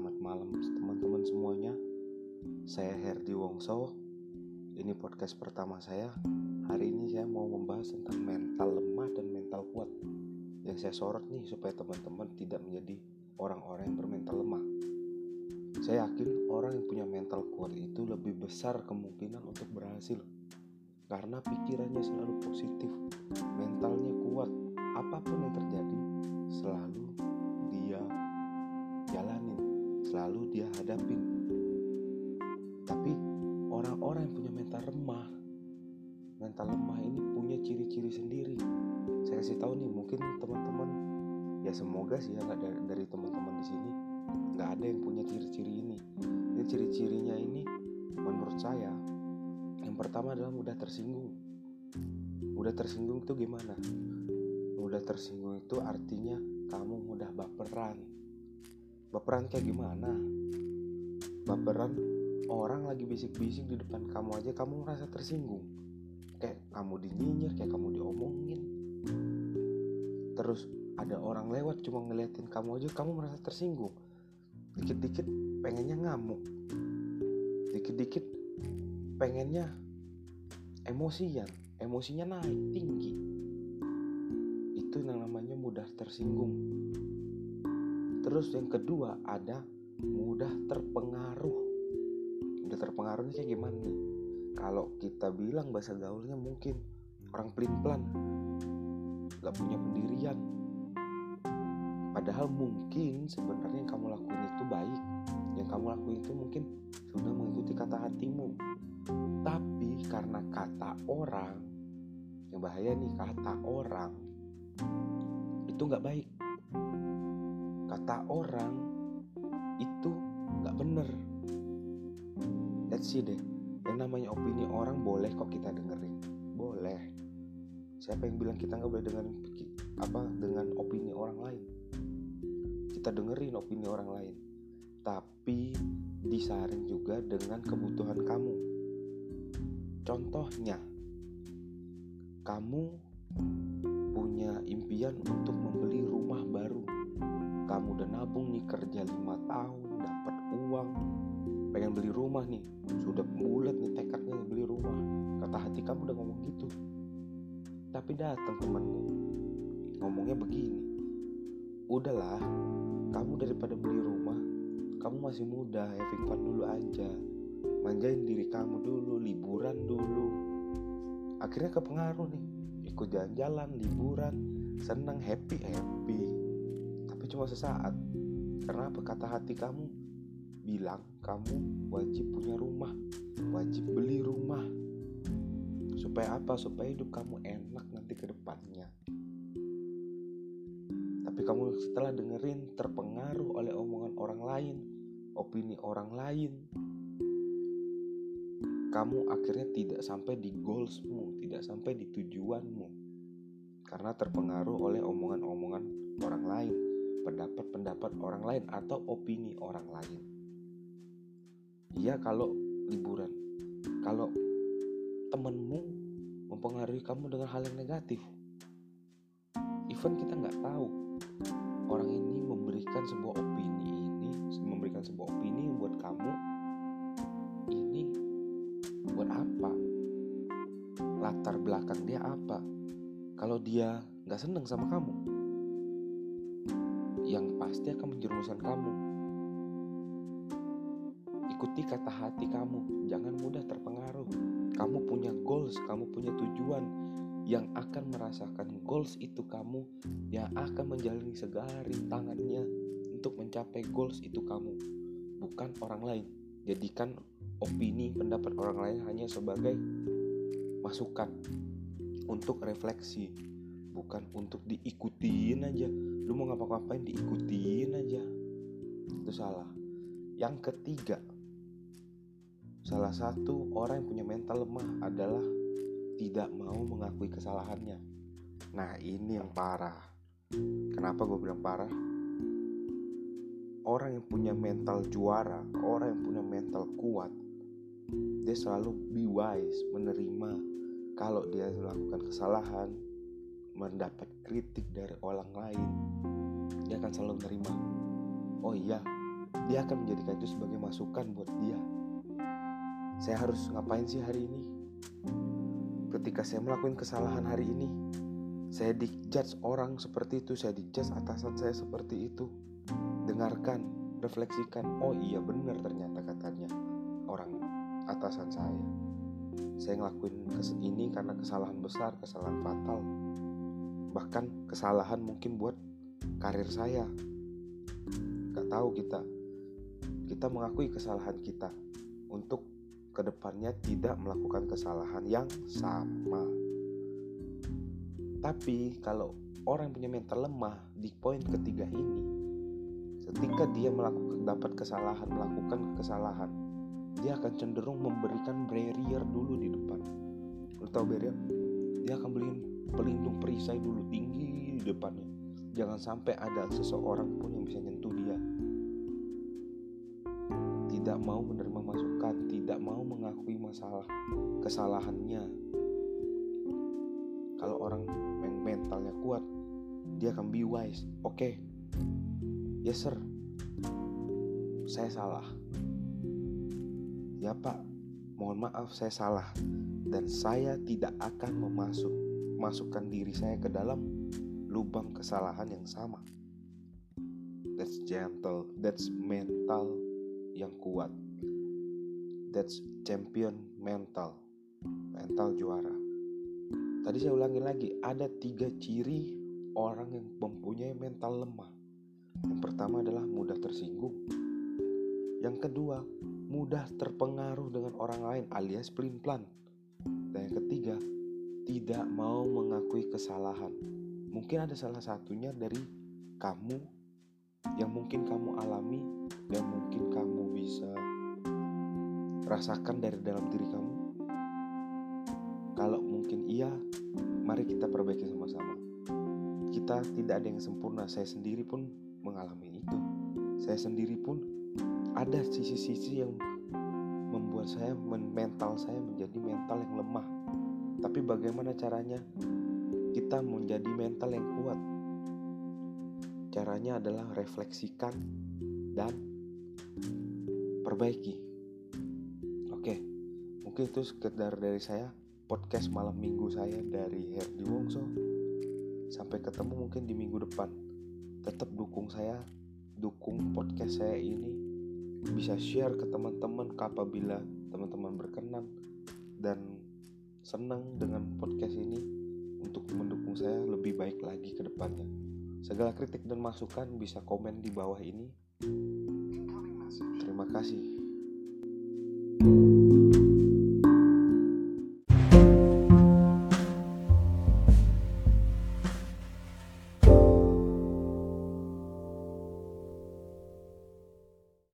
Selamat malam teman-teman semuanya. Saya Herdi Wongso. Ini podcast pertama saya. Hari ini saya mau membahas tentang mental lemah dan mental kuat. Yang saya sorot nih supaya teman-teman tidak menjadi orang-orang yang bermental lemah. Saya yakin orang yang punya mental kuat itu lebih besar kemungkinan untuk berhasil. Karena pikirannya selalu positif, mentalnya kuat. Apapun yang terjadi selalu dia jalanin, selalu dia hadapin. Tapi orang-orang yang punya mental lemah ini punya ciri-ciri sendiri. Saya kasih tahu nih, mungkin teman-teman, ya semoga sih ya dari teman-teman di sini nggak ada yang punya ciri-ciri ini. Ini ciri-cirinya ini menurut saya yang pertama adalah mudah tersinggung. Mudah tersinggung itu gimana? Mudah tersinggung itu artinya kamu mudah baperan. Baperan kayak gimana? Baperan orang lagi bisik-bisik di depan kamu aja kamu merasa tersinggung. Kayak kamu dinyinyir, kayak kamu diomongin. Terus ada orang lewat cuma ngeliatin kamu aja kamu merasa tersinggung. Dikit-dikit pengennya ngamuk. Dikit-dikit pengennya emosinya naik tinggi. Itu yang namanya mudah tersinggung. Terus yang kedua ada mudah terpengaruh. Mudah terpengaruhnya kayak gimana nih? Kalau kita bilang bahasa gaulnya mungkin orang pelin-pelan, gak punya pendirian. Padahal mungkin sebenarnya yang kamu lakuin itu baik. Yang kamu lakuin itu mungkin sudah mengikuti kata hatimu. Tapi karena kata orang, yang bahaya nih, kata orang itu gak baik. Kata orang itu gak bener. Let's see deh, yang namanya opini orang boleh kok kita dengerin. Boleh. Siapa yang bilang kita gak boleh dengan opini orang lain? Kita dengerin opini orang lain, tapi disaring juga dengan kebutuhan kamu. Contohnya, kamu punya impian untuk membeli rumah baru. Kamu udah nabung nih, kerja 5 tahun, dapat uang, pengen beli rumah nih, sudah bulat nih tekadnya beli rumah. Kata hati kamu udah ngomong gitu. Tapi datang temanmu ngomongnya begini, udahlah, kamu daripada beli rumah, kamu masih muda, having fun dulu aja, manjain diri kamu dulu, liburan dulu. Akhirnya kepengaruh nih, ikut jalan-jalan, liburan, senang, happy. Tapi cuma sesaat. Karena apa? Kata hati kamu bilang kamu wajib punya rumah, wajib beli rumah. Supaya apa? Supaya hidup kamu enak nanti ke depannya. Tapi kamu setelah dengerin, terpengaruh oleh omongan orang lain, opini orang lain, kamu akhirnya tidak sampai di goalsmu, tidak sampai di tujuanmu. Karena terpengaruh oleh omongan-omongan orang lain, pendapat-pendapat orang lain, atau opini orang lain. Iya, kalau liburan, kalau temenmu mempengaruhi kamu dengan hal yang negatif, even kita gak tahu orang ini memberikan sebuah opini buat kamu, ini buat apa? Latar belakang dia apa? Kalau dia gak seneng sama kamu, yang pasti akan menjerumuskan kamu. Ikuti kata hati kamu, jangan mudah terpengaruh. Kamu punya goals, kamu punya tujuan. Yang akan merasakan goals itu kamu, yang akan menjalani segala rintangannya untuk mencapai goals itu kamu, bukan orang lain. Jadikan opini, pendapat orang lain hanya sebagai masukan untuk refleksi, bukan untuk diikutin aja. Lu mau ngapa-ngapain diikutin aja, itu salah. Yang ketiga, salah satu orang yang punya mental lemah adalah tidak mau mengakui kesalahannya. Nah, ini yang parah. Kenapa gue bilang parah? Orang yang punya mental juara, orang yang punya mental kuat, dia selalu be wise, menerima kalau dia melakukan kesalahan, mendapat kritik dari orang lain, dia akan selalu menerima. Oh iya, dia akan menjadikan itu sebagai masukan buat dia. Saya harus ngapain sih hari ini? Ketika saya melakukan kesalahan hari ini, saya dijudge orang seperti itu, saya dijudge atasan saya seperti itu. Dengarkan, refleksikan, oh iya benar ternyata katanya orang atasan saya. Saya ngelakuin ini karena kesalahan besar, kesalahan fatal. Bahkan kesalahan mungkin buat karir saya. Gak tahu kita mengakui kesalahan kita untuk kedepannya tidak melakukan kesalahan yang sama. Tapi kalau orang punya mental lemah di poin ketiga ini, ketika dia melakukan kesalahan, dia akan cenderung memberikan barrier dulu di depan. Lu tahu barrier? Dia akan beliin pelindung perisai dulu tinggi di depannya. Jangan sampai ada seseorang pun yang bisa nyentuh dia. Tidak mau menerima masukan, tidak mau mengakui kesalahannya. Kalau orang yang mentalnya kuat, dia akan be wise. Oke, yes sir, saya salah. Ya pak, mohon maaf saya salah. Dan saya tidak akan memasukkan diri saya ke dalam lubang kesalahan yang sama. That's gentle, that's mental yang kuat. That's champion mental juara. Tadi saya ulangi lagi, ada 3 ciri orang yang mempunyai mental lemah. Yang pertama adalah mudah tersinggung. Yang kedua, mudah terpengaruh dengan orang lain alias pelin-pelan. Dan yang ketiga, tidak mau mengakui kesalahan. Mungkin ada salah satunya dari kamu yang mungkin kamu alami dan mungkin kamu bisa rasakan dari dalam diri kamu. Kalau mungkin iya, mari kita perbaiki sama-sama. Kita tidak ada yang sempurna. Saya sendiri pun mengalami itu. Saya sendiri pun ada sisi-sisi yang membuat mental saya menjadi mental yang lemah. Tapi bagaimana caranya kita menjadi mental yang kuat? Caranya adalah refleksikan dan perbaiki. Oke, mungkin itu sekedar dari saya, podcast malam minggu saya dari Herdi Wongso. Sampai ketemu mungkin di minggu depan. Tetap dukung saya, dukung podcast saya ini, bisa share ke teman-teman apabila teman-teman berkenan dan senang dengan podcast ini untuk mendukung saya lebih baik lagi ke depannya. Segala kritik dan masukan bisa komen di bawah ini. Terima kasih.